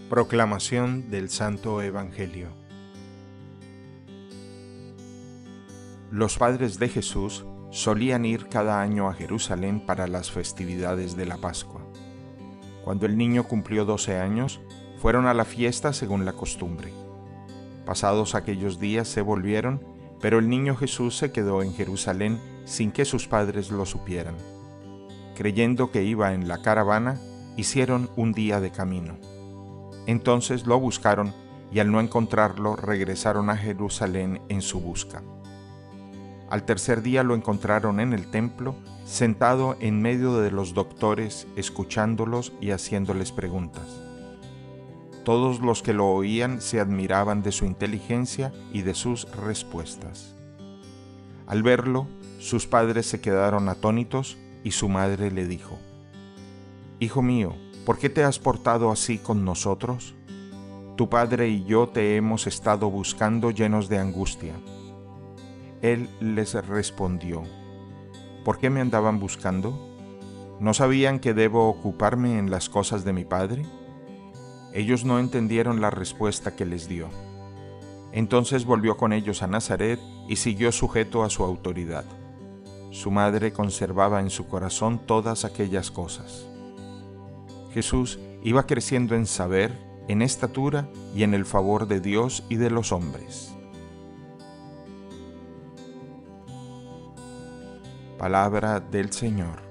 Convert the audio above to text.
Proclamación del Santo Evangelio. Los padres de Jesús solían ir cada año a Jerusalén para las festividades de la Pascua. Cuando el niño cumplió 12 años, fueron a la fiesta según la costumbre. Pasados aquellos días se volvieron, pero el niño Jesús se quedó en Jerusalén sin que sus padres lo supieran. Creyendo que iba en la caravana, hicieron un día de camino. Entonces lo buscaron y al no encontrarlo regresaron a Jerusalén en su busca. Al tercer día lo encontraron en el templo, sentado en medio de los doctores, escuchándolos y haciéndoles preguntas. Todos los que lo oían se admiraban de su inteligencia y de sus respuestas. Al verlo, sus padres se quedaron atónitos y su madre le dijo: «Hijo mío, ¿por qué te has portado así con nosotros? Tu padre y yo te hemos estado buscando llenos de angustia». Él les respondió: «¿Por qué me andaban buscando? ¿No sabían que debo ocuparme en las cosas de mi padre?». Ellos no entendieron la respuesta que les dio. Entonces volvió con ellos a Nazaret y siguió sujeto a su autoridad. Su madre conservaba en su corazón todas aquellas cosas. Jesús iba creciendo en saber, en estatura y en el favor de Dios y de los hombres. Palabra del Señor.